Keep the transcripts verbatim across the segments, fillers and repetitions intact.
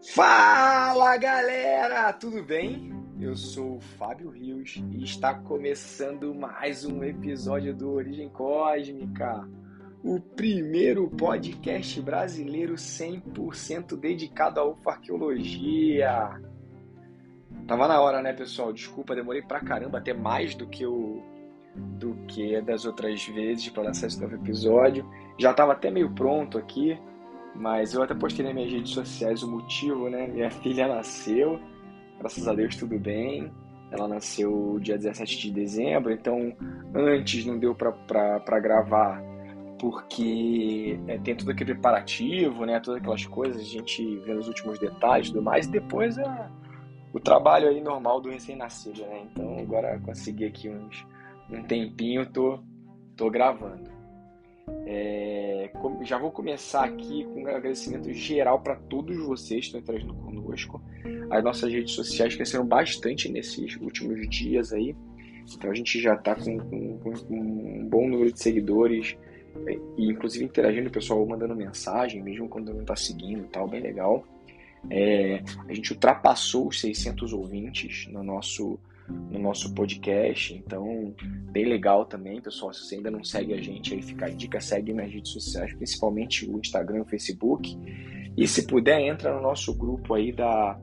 Fala galera, tudo bem? Eu sou o Fábio Rios e está começando mais um episódio do Origem Cósmica, o primeiro podcast brasileiro cem por cento dedicado à ufarqueologia. Tava na hora, né, pessoal? Desculpa, demorei pra caramba, até mais do que o do que das outras vezes para lançar esse novo episódio. Já tava até meio pronto aqui. Mas eu até postei nas minhas redes sociais o motivo, né? Minha filha nasceu, graças a Deus tudo bem. Ela nasceu dia dezessete de dezembro, então antes não deu para gravar porque é, tem todo aquele preparativo, né? Todas aquelas coisas, a gente vê os últimos detalhes e tudo mais, e depois é o trabalho aí normal do recém-nascido, né? Então agora consegui aqui uns, um tempinho, tô, tô gravando. É, já vou começar aqui com um agradecimento geral para todos vocês que estão interagindo conosco. As nossas redes sociais cresceram bastante nesses últimos dias aí, então a gente já está com, com, com um bom número de seguidores e inclusive interagindo, o pessoal mandando mensagem, mesmo quando não está seguindo e tal, bem legal. É, a gente ultrapassou os seiscentos ouvintes no nosso no nosso podcast, então bem legal também, pessoal. Se você ainda não segue a gente, aí fica a dica, segue nas redes sociais, principalmente o Instagram e o Facebook, e se puder entra no nosso grupo aí da,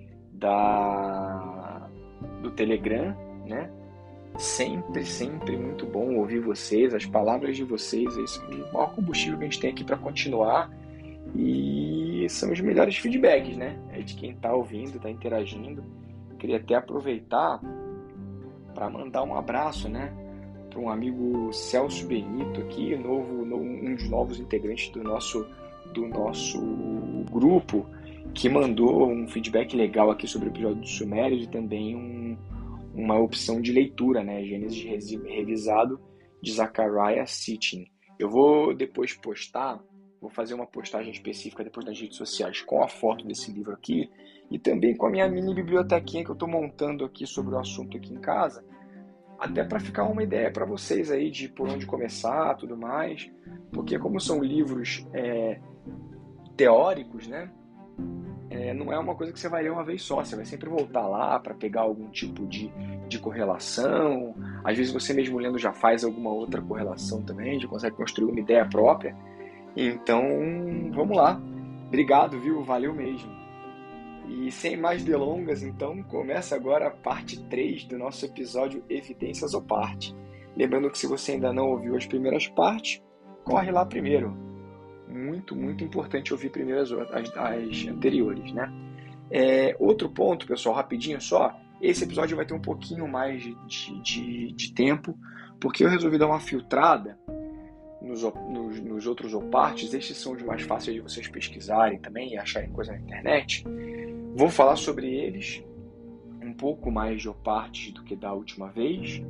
da do Telegram, né? Sempre, sempre muito bom ouvir vocês, as palavras de vocês, esse é o maior combustível que a gente tem aqui para continuar, e são os melhores feedbacks, né? É de quem está ouvindo, está interagindo. Queria até aproveitar para mandar um abraço, né, para um amigo Celso Benito aqui, novo, um dos novos integrantes do nosso, do nosso grupo, que mandou um feedback legal aqui sobre o episódio dos Sumérios e também um, uma opção de leitura, né, Gênesis revisado de Zachariah Sitchin. Eu vou depois postar, vou fazer uma postagem específica depois nas redes sociais com a foto desse livro aqui e também com a minha mini bibliotequinha que eu estou montando aqui sobre o assunto aqui em casa, até para ficar uma ideia para vocês aí de por onde começar, tudo mais, porque como são livros é, teóricos, né, é, não é uma coisa que você vai ler uma vez só, você vai sempre voltar lá para pegar algum tipo de, de correlação, às vezes você mesmo lendo já faz alguma outra correlação também, já consegue construir uma ideia própria. Então, vamos lá. Obrigado, viu? Valeu mesmo. E sem mais delongas, então, começa agora a parte três do nosso episódio Evidências ou Parte. Lembrando que se você ainda não ouviu as primeiras partes, corre lá primeiro. Muito, muito importante ouvir primeiro as, as, as anteriores, né? É, outro ponto, pessoal, rapidinho só. Esse episódio vai ter um pouquinho mais de, de, de tempo, porque eu resolvi dar uma filtrada Nos, nos, nos outros opartes. Estes são os mais fáceis de vocês pesquisarem também e acharem coisa na internet. Vou falar sobre eles, um pouco mais de opartes do que da última vez,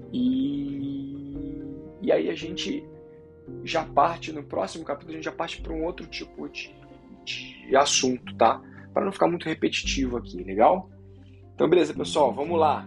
e, e aí a gente já parte, no próximo capítulo, a gente já parte para um outro tipo de, de assunto, tá? Para não ficar muito repetitivo aqui, legal? Então, beleza, pessoal, vamos lá.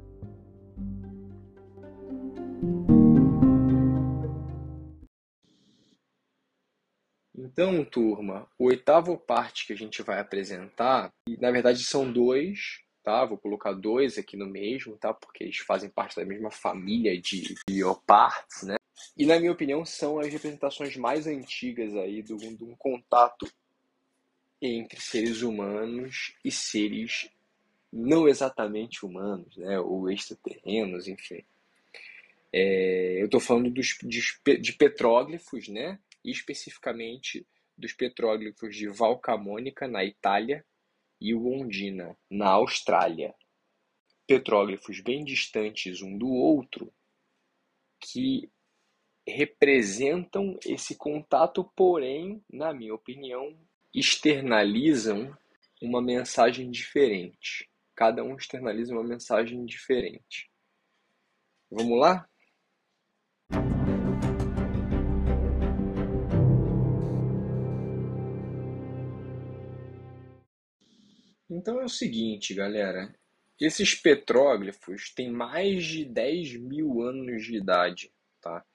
Então, turma, o oitavo parte que a gente vai apresentar, e na verdade são dois, tá? Vou colocar dois aqui no mesmo, tá? Porque eles fazem parte da mesma família de, de opartes, né? E na minha opinião são as representações mais antigas aí do, de um contato entre seres humanos e seres não exatamente humanos, né? Ou extraterrenos, enfim. É, eu estou falando dos, de, de petróglifos, né? E especificamente dos petróglifos de Valcamonica, na Itália, e o Ondina, na Austrália. Petróglifos bem distantes um do outro, que representam esse contato, porém, na minha opinião, externalizam uma mensagem diferente. Cada um externaliza uma mensagem diferente. Vamos lá? Então é o seguinte, galera. Esses petróglifos têm mais de dez mil anos de idade, tá?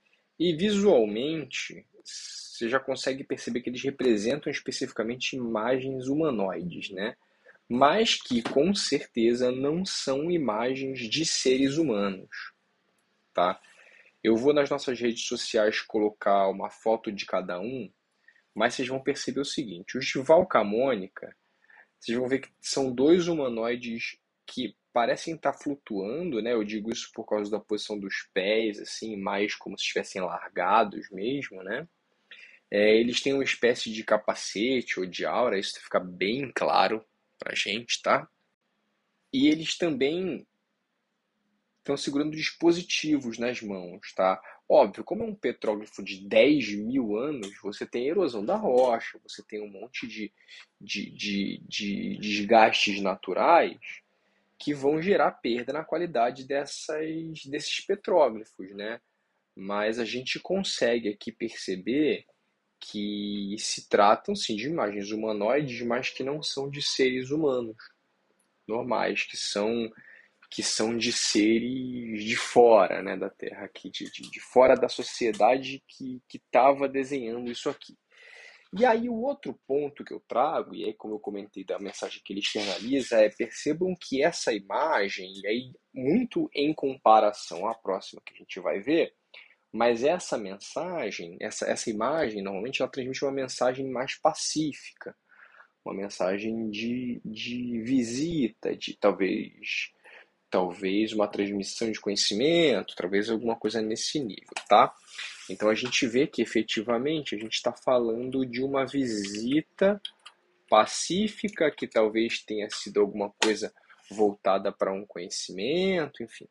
E visualmente, você já consegue perceber que eles representam especificamente imagens humanoides, né? Mas que com certeza não são imagens de seres humanos, tá? Eu vou nas nossas redes sociais colocar uma foto de cada um, mas vocês vão perceber o seguinte: os de Valcamônica, vocês vão ver que são dois humanoides que parecem estar flutuando, né? Eu digo isso por causa da posição dos pés, assim, mais como se estivessem largados mesmo, né? É, eles têm uma espécie de capacete ou de aura, isso fica bem claro pra gente, tá? E eles também estão segurando dispositivos nas mãos, tá? Óbvio, como é um petróglifo de dez mil anos, você tem erosão da rocha, você tem um monte de, de, de, de desgastes naturais que vão gerar perda na qualidade dessas, desses petróglifos, né? Mas a gente consegue aqui perceber que se tratam sim de imagens humanoides, mas que não são de seres humanos normais, que são que são de seres de fora, né, da Terra, aqui, de, de, de fora da sociedade que estava desenhando isso aqui. E aí o outro ponto que eu trago, e aí como eu comentei da mensagem que ele externaliza, é percebam que essa imagem, e aí muito em comparação à próxima que a gente vai ver, mas essa mensagem, essa, essa imagem, normalmente ela transmite uma mensagem mais pacífica, uma mensagem de, de visita, de talvez talvez uma transmissão de conhecimento, talvez alguma coisa nesse nível, tá? Então a gente vê que efetivamente a gente está falando de uma visita pacífica, que talvez tenha sido alguma coisa voltada para um conhecimento, enfim.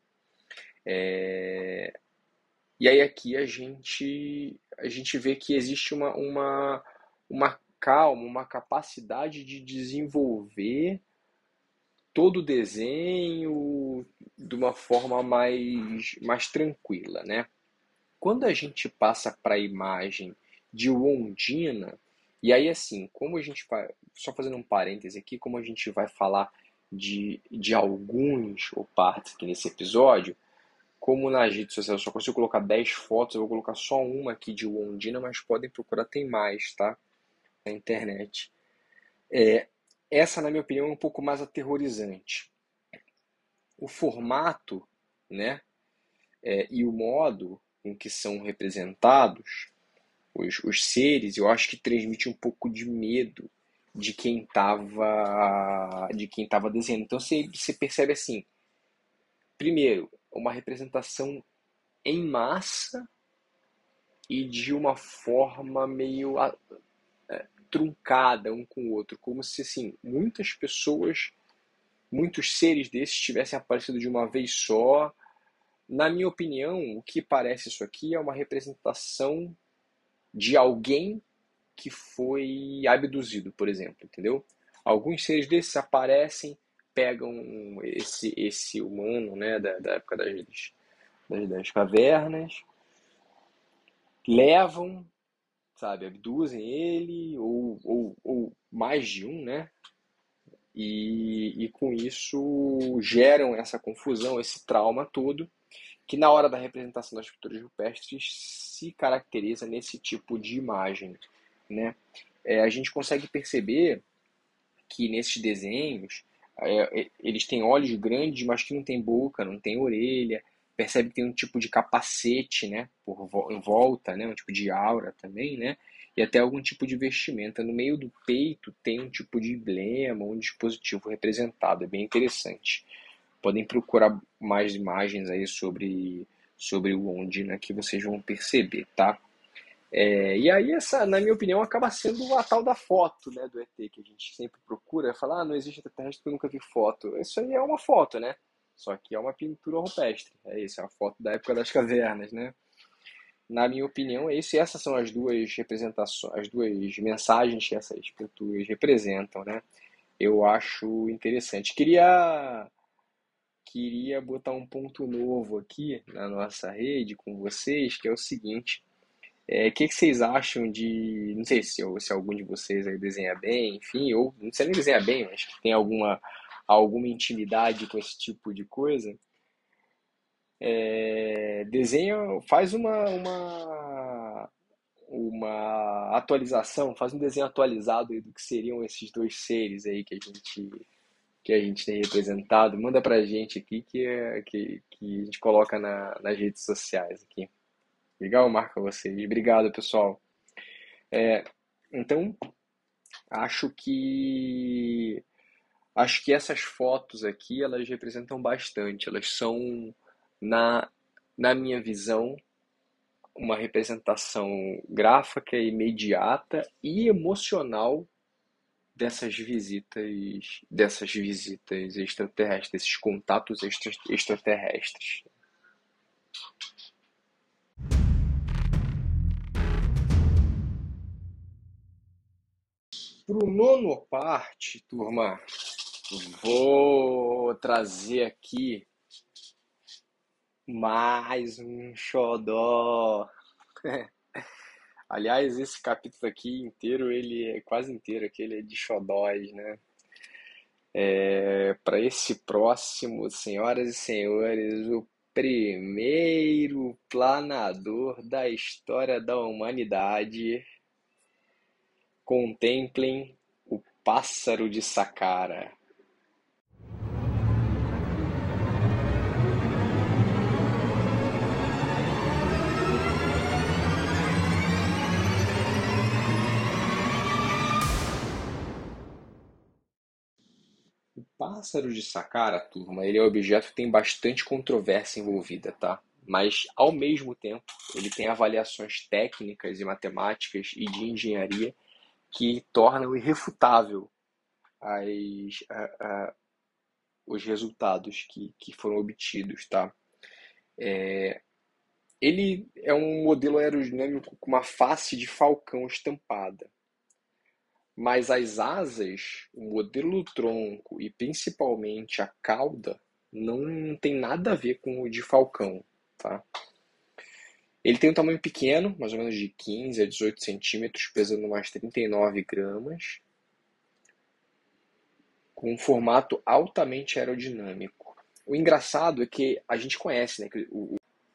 É... E aí aqui a gente, a gente vê que existe uma, uma, uma calma, uma capacidade de desenvolver todo o desenho de uma forma mais, mais tranquila, né? Quando a gente passa para a imagem de Wondina, e aí assim, como a gente vai, só fazendo um parêntese aqui, como a gente vai falar de, de alguns ou partes aqui nesse episódio, como nas redes sociais eu só consigo colocar dez fotos, eu vou colocar só uma aqui de Wondina, mas podem procurar, tem mais, tá? Na internet. É, essa, na minha opinião, é um pouco mais aterrorizante. O formato, né, é, e o modo em que são representados os, os seres, eu acho que transmite um pouco de medo de quem estava de quem estava desenhando. Então você, você percebe assim, primeiro, uma representação em massa e de uma forma meio é, truncada um com o outro, como se assim, muitas pessoas, muitos seres desses tivessem aparecido de uma vez só. Na minha opinião, o que parece isso aqui é uma representação de alguém que foi abduzido, por exemplo, entendeu? Alguns seres desses aparecem, pegam esse, esse humano, né, da, da época das, das, das cavernas, levam, sabe, abduzem ele, ou, ou, ou mais de um, né? E, e com isso geram essa confusão, esse trauma todo, que na hora da representação das pinturas rupestres se caracteriza nesse tipo de imagem, né? É, a gente consegue perceber que nesses desenhos é, eles têm olhos grandes, mas que não tem boca, não tem orelha. Percebe que tem um tipo de capacete, né, por vo- em volta, né, um tipo de aura também, né, e até algum tipo de vestimenta. No meio do peito tem um tipo de emblema, um dispositivo representado. É bem interessante. Podem procurar mais imagens aí sobre, sobre o Ondina que vocês vão perceber, tá? É, e aí, essa, na minha opinião, acaba sendo a tal da foto, né, do E T, que a gente sempre procura, falar, ah, não existe extraterrestre porque eu nunca vi foto. Isso aí é uma foto, né? Só que é uma pintura rupestre. É isso, é uma foto da época das cavernas, né? Na minha opinião, é isso. E essas são as duas representações, as duas mensagens que essas pinturas representam, né? Eu acho interessante. Queria queria botar um ponto novo aqui na nossa rede com vocês, que é o seguinte. É, o que, que vocês acham de. Não sei se, se algum de vocês aí desenha bem, enfim, ou não sei nem desenhar bem, mas que tem alguma, alguma intimidade com esse tipo de coisa. É, desenha, faz uma, uma, uma atualização, faz um desenho atualizado aí do que seriam esses dois seres aí que a gente, que a gente tem representado. Manda pra gente aqui que, é- que, que a gente coloca na, nas redes sociais aqui. Legal? Marca vocês. Obrigado, pessoal. Então, acho que acho que essas fotos aqui, elas representam bastante. Elas são, na, na minha visão, uma representação gráfica, imediata e emocional dessas visitas, dessas visitas extraterrestres, desses contatos extra, extraterrestres. Pro nono parte, turma, vou trazer aqui mais um xodó. Aliás, esse capítulo aqui inteiro, ele é quase inteiro aqui, ele é de xodós, né? É, para esse próximo, senhoras e senhores, o primeiro planador da história da humanidade. Contemplem o pássaro de Saqqara. O pássaro de Saqqara, turma, ele é um objeto que tem bastante controvérsia envolvida, tá? Mas, ao mesmo tempo, ele tem avaliações técnicas e matemáticas e de engenharia que tornam irrefutável as, a, a, os resultados que, que foram obtidos, tá? Ele é um modelo aerodinâmico com uma face de falcão estampada, mas as asas, o modelo do tronco e principalmente a cauda não tem nada a ver com o de falcão, tá? Ele tem um tamanho pequeno, mais ou menos de quinze a dezoito centímetros, pesando umas trinta e nove gramas, com um formato altamente aerodinâmico. O engraçado é que a gente conhece, né, que o,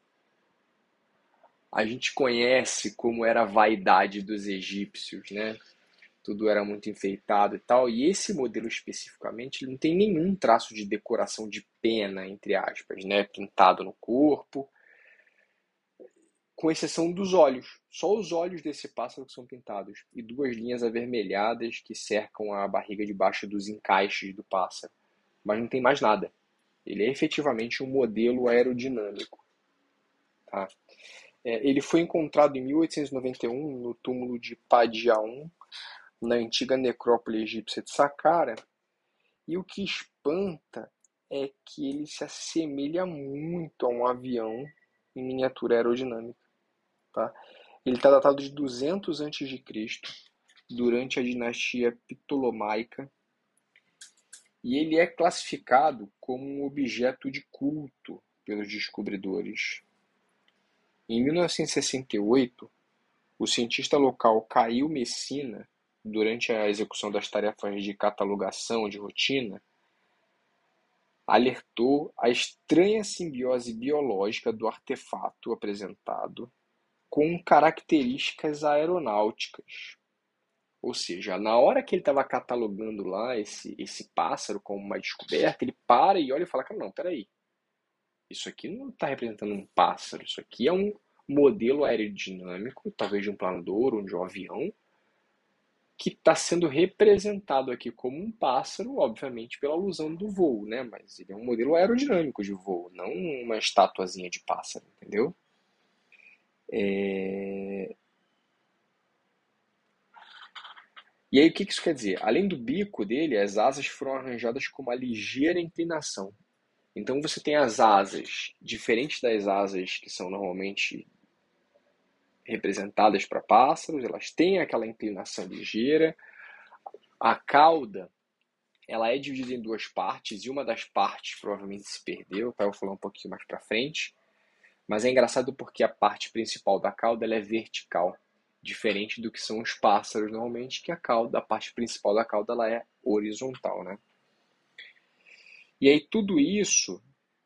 a gente conhece como era a vaidade dos egípcios, né? Tudo era muito enfeitado e tal, e esse modelo especificamente ele não tem nenhum traço de decoração de pena, entre aspas, né, pintado no corpo, com exceção dos olhos. Só os olhos desse pássaro que são pintados, e duas linhas avermelhadas que cercam a barriga debaixo dos encaixes do pássaro. Mas não tem mais nada. Ele é efetivamente um modelo aerodinâmico. Tá? É, ele foi encontrado em mil oitocentos e noventa e um no túmulo de Padiaum, na antiga necrópole egípcia de Saqqara, e o que espanta é que ele se assemelha muito a um avião em miniatura aerodinâmica. Tá? Ele está datado de duzentos antes de Cristo, durante a dinastia Ptolomaica, e ele é classificado como um objeto de culto pelos descobridores. Em mil novecentos e sessenta e oito, o cientista local Caio Messina, durante a execução das tarefas de catalogação de rotina, alertou a estranha simbiose biológica do artefato apresentado com características aeronáuticas. Ou seja, na hora que ele estava catalogando lá esse, esse pássaro como uma descoberta, ele para e olha e fala, cara, não, peraí, isso aqui não está representando um pássaro, isso aqui é um modelo aerodinâmico, talvez de um planador ou de um avião, que está sendo representado aqui como um pássaro, obviamente pela alusão do voo, né? Mas ele é um modelo aerodinâmico de voo, não uma estatuazinha de pássaro, entendeu? É... E aí o que isso quer dizer? Além do bico dele, as asas foram arranjadas com uma ligeira inclinação. Então você tem as asas, diferentes das asas que são normalmente representadas para pássaros, elas têm aquela inclinação ligeira. A cauda, ela é dividida em duas partes, e uma das partes provavelmente se perdeu, tá? Eu vou falar um pouquinho mais para frente. Mas é engraçado porque a parte principal da cauda ela é vertical, diferente do que são os pássaros normalmente, que a cauda, a parte principal da cauda ela é horizontal, né? E aí tudo isso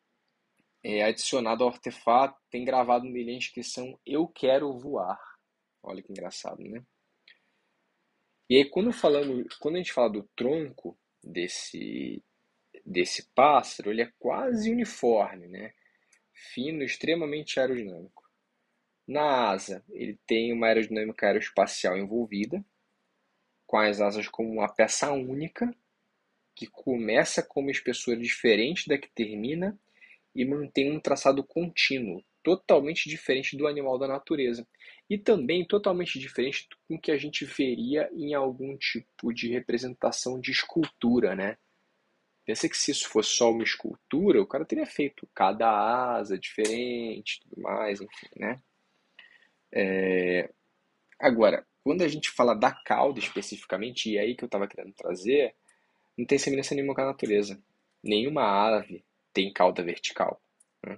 é adicionado ao artefato, tem gravado nele a inscrição Eu quero voar. Olha que engraçado, né? E aí, quando, falamos, quando a gente fala do tronco desse, desse pássaro, ele é quase uniforme, né? Fino, extremamente aerodinâmico. Na asa, ele tem uma aerodinâmica aeroespacial envolvida, com as asas como uma peça única, que começa com uma espessura diferente da que termina e mantém um traçado contínuo, totalmente diferente do animal da natureza. E também totalmente diferente do que a gente veria em algum tipo de representação de escultura, né? Pensa que se isso fosse só uma escultura, o cara teria feito cada asa diferente, tudo mais, enfim, né? Agora, quando a gente fala da cauda especificamente, e é aí que eu estava querendo trazer, não tem semelhança nenhuma com a natureza. Nenhuma ave tem cauda vertical, né?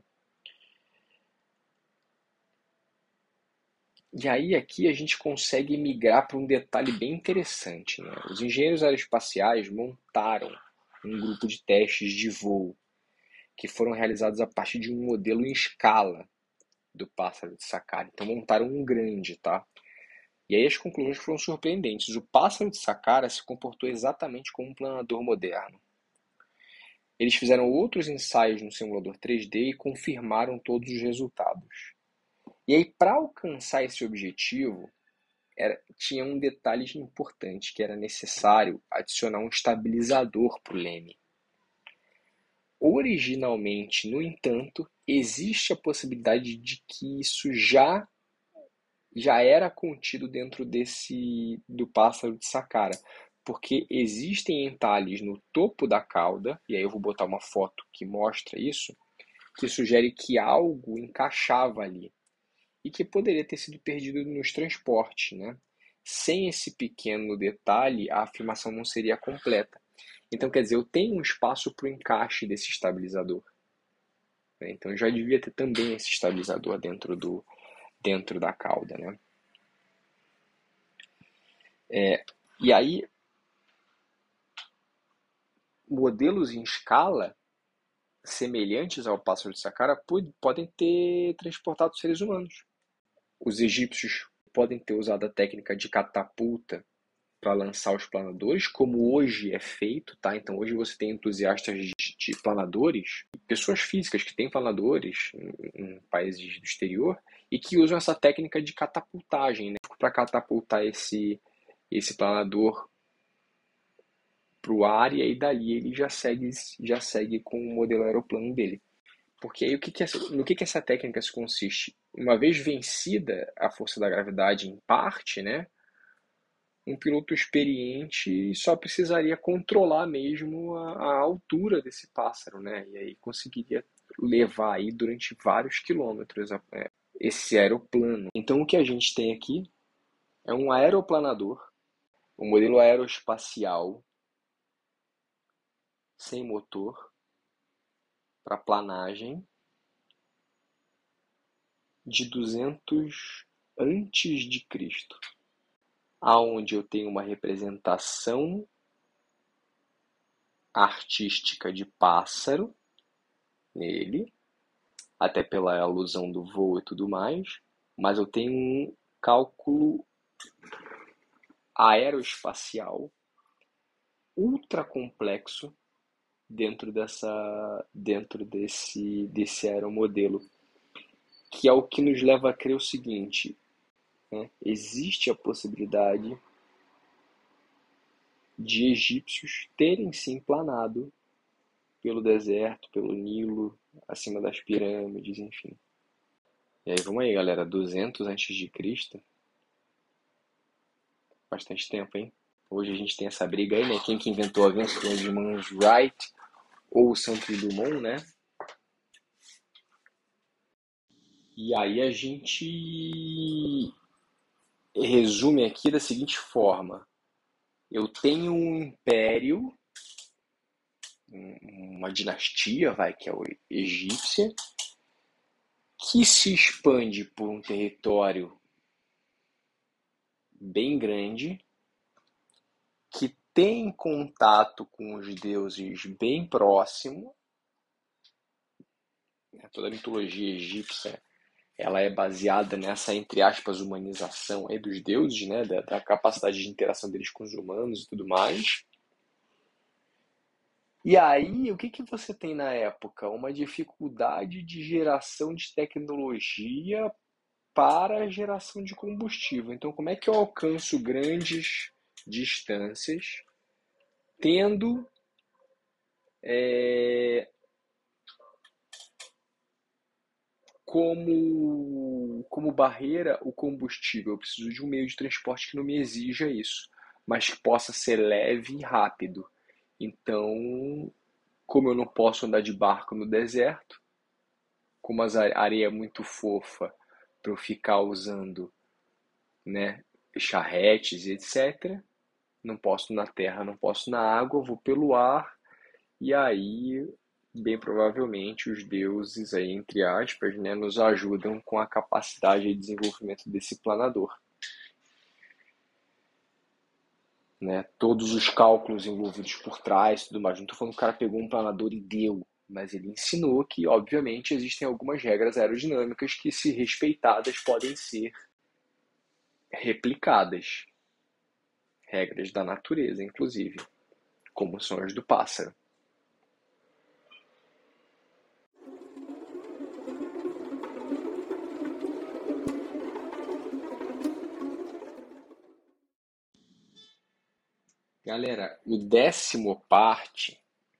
E aí aqui a gente consegue migrar para um detalhe bem interessante, né? Os engenheiros aeroespaciais montaram um grupo de testes de voo que foram realizados a partir de um modelo em escala do pássaro de Saqqara. Então montaram um grande, tá? E aí as conclusões foram surpreendentes. O pássaro de Saqqara se comportou exatamente como um planador moderno. Eles fizeram outros ensaios no simulador três D e confirmaram todos os resultados. E aí, para alcançar esse objetivo, era, tinha um detalhe importante, que era necessário adicionar um estabilizador para o leme. Originalmente, no entanto, existe a possibilidade de que isso já já era contido dentro desse do pássaro de Saqqara, porque existem entalhes no topo da cauda, e aí eu vou botar uma foto que mostra isso, que sugere que algo encaixava ali e que poderia ter sido perdido nos transportes, né? Sem esse pequeno detalhe, a afirmação não seria completa. Então, quer dizer, eu tenho um espaço para o encaixe desse estabilizador, né? Então, eu já devia ter também esse estabilizador dentro, do, dentro da cauda, né? É, e aí, modelos em escala semelhantes ao pássaro de Saqqara podem ter transportado seres humanos. Os egípcios podem ter usado a técnica de catapulta para lançar os planadores, como hoje é feito, tá? Então hoje você tem entusiastas de, de planadores, pessoas físicas que têm planadores em, em países do exterior e que usam essa técnica de catapultagem, né? Para catapultar esse, esse planador para o ar, e aí dali ele já segue, já segue com o modelo aeroplano dele. Porque aí o que que essa, no que, que essa técnica se consiste? Uma vez vencida a força da gravidade em parte, né? Um piloto experiente só precisaria controlar mesmo a, a altura desse pássaro, né? E aí conseguiria levar aí durante vários quilômetros é, esse aeroplano. Então o que a gente tem aqui é um aeroplanador, um modelo aeroespacial sem motor para planagem de duzentos antes de Cristo, aonde eu tenho uma representação artística de pássaro nele, até pela alusão do voo e tudo mais, mas eu tenho um cálculo aeroespacial ultra complexo dentro dessa dentro desse desse aeromodelo, que é o que nos leva a crer o seguinte, né? Existe a possibilidade de egípcios terem sim planado pelo deserto, pelo Nilo, acima das pirâmides, enfim. E aí, vamos aí, galera, duzentos antes de Cristo, bastante tempo, hein? Hoje a gente tem essa briga aí, né? Quem que inventou o avião, os irmãos Wright ou o Santos Dumont, né? E aí a gente resume aqui da seguinte forma: eu tenho um império, uma dinastia, vai, que é o egípcia, que se expande por um território bem grande, que tem contato com os deuses bem próximo. Toda a mitologia egípcia ela é baseada nessa, entre aspas, humanização aí dos deuses, né? Da, da capacidade de interação deles com os humanos e tudo mais. E aí, o que que você tem na época? Uma dificuldade de geração de tecnologia para a geração de combustível. Então, como é que eu alcanço grandes distâncias tendo é, como, como barreira o combustível? Eu preciso de um meio de transporte que não me exija isso, mas que possa ser leve e rápido. Então, como eu não posso andar de barco no deserto, como a areia é muito fofa para eu ficar usando, né, charretes e etcétera. Não posso na terra, não posso na água, vou pelo ar, e aí, bem provavelmente, os deuses, aí, entre aspas, né, nos ajudam com a capacidade de desenvolvimento desse planador. Né? Todos os cálculos envolvidos por trás, tudo mais. Não estou falando que o cara pegou um planador e deu, mas ele ensinou que, obviamente, existem algumas regras aerodinâmicas que, se respeitadas, podem ser replicadas. Regras da natureza, inclusive, como são as do pássaro. Galera, o décimo parte,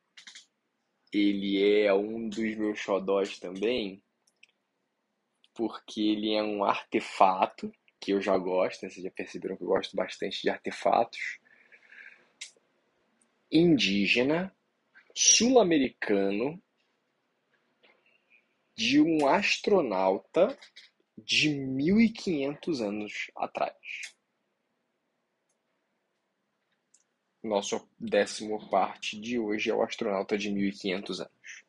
ele é um dos meus xodós também, porque ele é um artefato, que eu já gosto, né? Vocês já perceberam que eu gosto bastante de artefatos, indígena, sul-americano, de um astronauta de mil e quinhentos anos atrás. Nosso décimo parte de hoje é o astronauta de mil e quinhentos anos.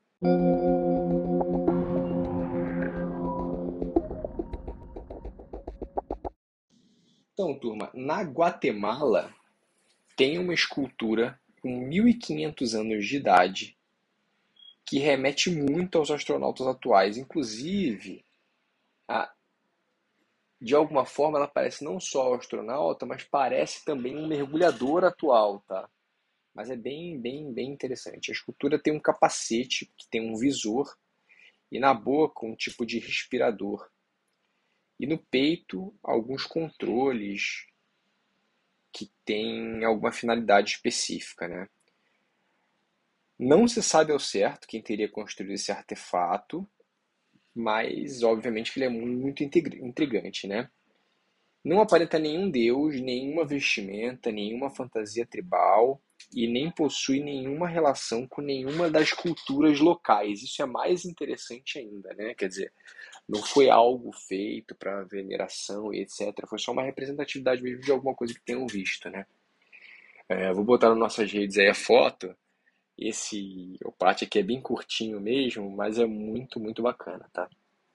Então, turma, na Guatemala tem uma escultura com mil e quinhentos anos de idade que remete muito aos astronautas atuais. Inclusive, a, de alguma forma, ela parece não só o astronauta, mas parece também um mergulhador atual, tá? Mas é bem, bem, bem interessante. A escultura tem um capacete que tem um visor e na boca um tipo de respirador. E no peito, alguns controles que têm alguma finalidade específica, né? Não se sabe ao certo quem teria construído esse artefato, mas obviamente que ele é muito intrigante, né? Não aparenta nenhum deus, nenhuma vestimenta, nenhuma fantasia tribal e nem possui nenhuma relação com nenhuma das culturas locais. Isso é mais interessante ainda, né? Quer dizer, não foi algo feito para veneração e etcétera. Foi só uma representatividade mesmo de alguma coisa que tenham visto, né? É, vou botar nas nossas redes aí a foto. Esse opate aqui é bem curtinho mesmo, mas é muito, muito bacana, tá?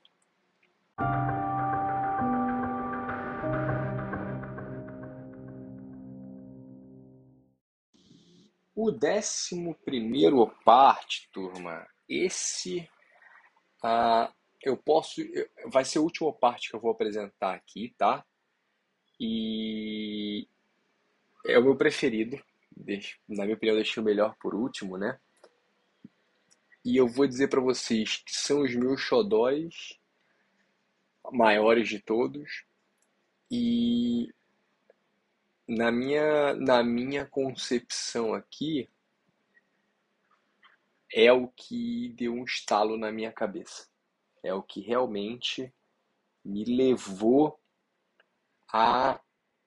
O décimo primeiro oparte, turma, esse ah, eu posso. Vai ser a última parte que eu vou apresentar aqui, tá? E é o meu preferido. Na minha opinião, eu deixei o melhor por último, né? E eu vou dizer para vocês que são os meus xodóis maiores de todos. E na minha, na minha concepção aqui, é o que deu um estalo na minha cabeça. É o que realmente me levou a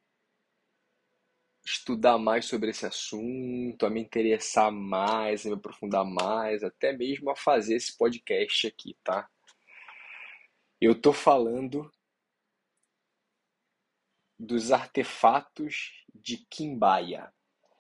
estudar mais sobre esse assunto, a me interessar mais, a me aprofundar mais, até mesmo a fazer esse podcast aqui, tá? Eu tô falando dos artefatos de Quimbaya.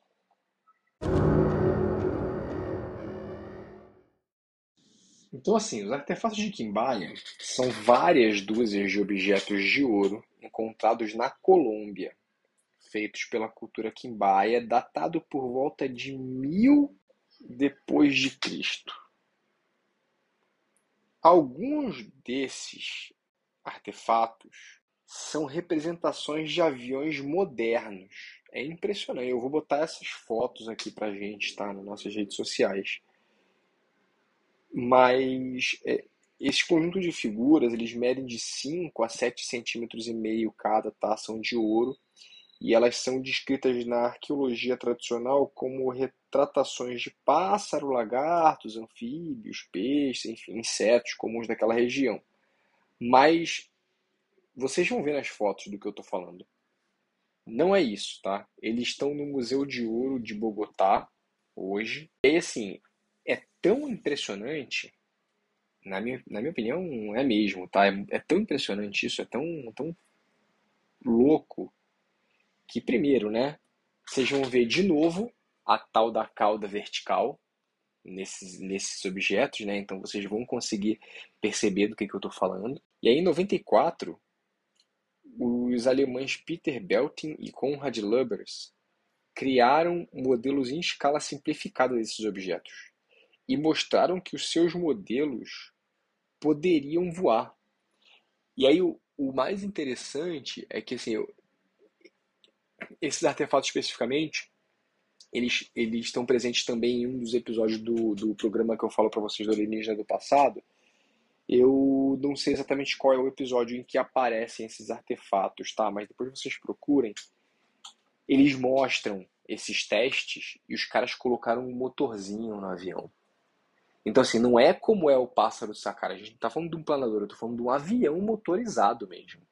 Então, assim, os artefatos de Quimbaya são várias dúzias de objetos de ouro encontrados na Colômbia, feitos pela cultura Quimbaya, datado por volta de mil depois de Cristo. Alguns desses artefatos são representações de aviões modernos. É impressionante. Eu vou botar essas fotos aqui pra gente, tá? Nas nossas redes sociais. Mas é, esse conjunto de figuras, eles medem de cinco a sete centímetros e meio cada, tá? São de ouro. E elas são descritas na arqueologia tradicional como retratações de pássaro, lagartos, anfíbios, peixes, enfim, insetos comuns daquela região. Mas vocês vão ver nas fotos do que eu estou falando. Não é isso, tá? Eles estão no Museu de Ouro de Bogotá hoje. E assim, é tão impressionante, na minha, na minha opinião, é mesmo, tá? É, é tão impressionante isso, é tão, tão louco, que primeiro, né? Vocês vão ver de novo a tal da cauda vertical nesses, nesses objetos, né? Então vocês vão conseguir perceber do que, que eu estou falando. E aí, em noventa e quatro, os alemães Peter Belting e Konrad Lubbers criaram modelos em escala simplificada desses objetos e mostraram que os seus modelos poderiam voar. E aí o, o mais interessante é que assim, eu, esses artefatos especificamente, eles, eles estão presentes também em um dos episódios do, do programa que eu falo para vocês do Alienígena do Passado. Eu não sei exatamente qual é o episódio em que aparecem esses artefatos, tá? Mas depois vocês procurem. Eles mostram esses testes e os caras colocaram um motorzinho no avião. Então, assim, não é como é o pássaro Saqqara. A gente não tá falando de um planador, eu tô falando de um avião motorizado mesmo.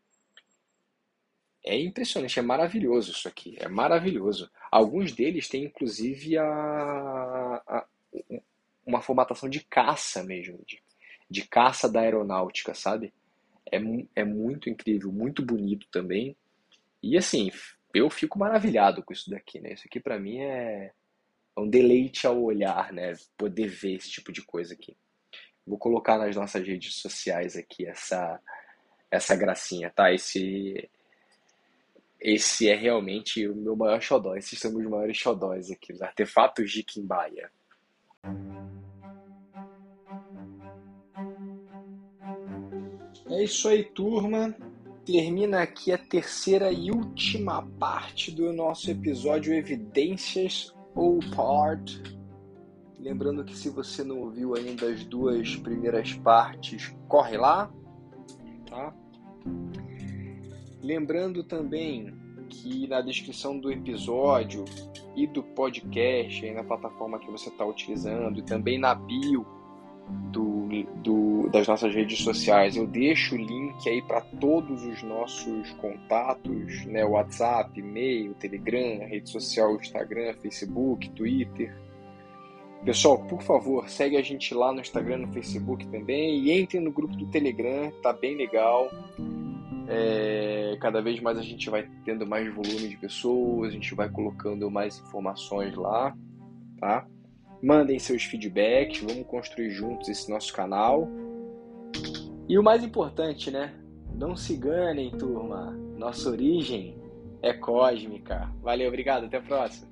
É impressionante, é maravilhoso isso aqui, é maravilhoso. Alguns deles têm, inclusive, a, a- uma formatação de caça mesmo, de, de caça da aeronáutica, sabe? É, mu- é muito incrível, muito bonito também. E assim, eu fico maravilhado com isso daqui, né? Isso aqui pra mim é, é um deleite ao olhar, né? Poder ver esse tipo de coisa aqui. Vou colocar nas nossas redes sociais aqui essa, essa gracinha, tá? Esse, esse é realmente o meu maior xodó. Esses são os maiores xodóis aqui, os artefatos de Kimbaia. É isso aí, turma. Termina aqui a terceira e última parte do nosso episódio Evidências ou Part. Lembrando que se você não ouviu ainda as duas primeiras partes, corre lá, tá? Lembrando também que na descrição do episódio e do podcast, aí na plataforma que você está utilizando, e também na bio do, do, das nossas redes sociais, eu deixo o link aí para todos os nossos contatos, né? WhatsApp, e-mail, Telegram, rede social, Instagram, Facebook, Twitter. Pessoal, por favor, segue a gente lá no Instagram, no Facebook também, e entre no grupo do Telegram, tá bem legal. É, cada vez mais a gente vai tendo mais volume de pessoas, a gente vai colocando mais informações lá, tá? Mandem seus feedbacks, vamos construir juntos esse nosso canal. E o mais importante, né? Não se enganem, turma. Nossa origem é cósmica. Valeu, obrigado, até a próxima.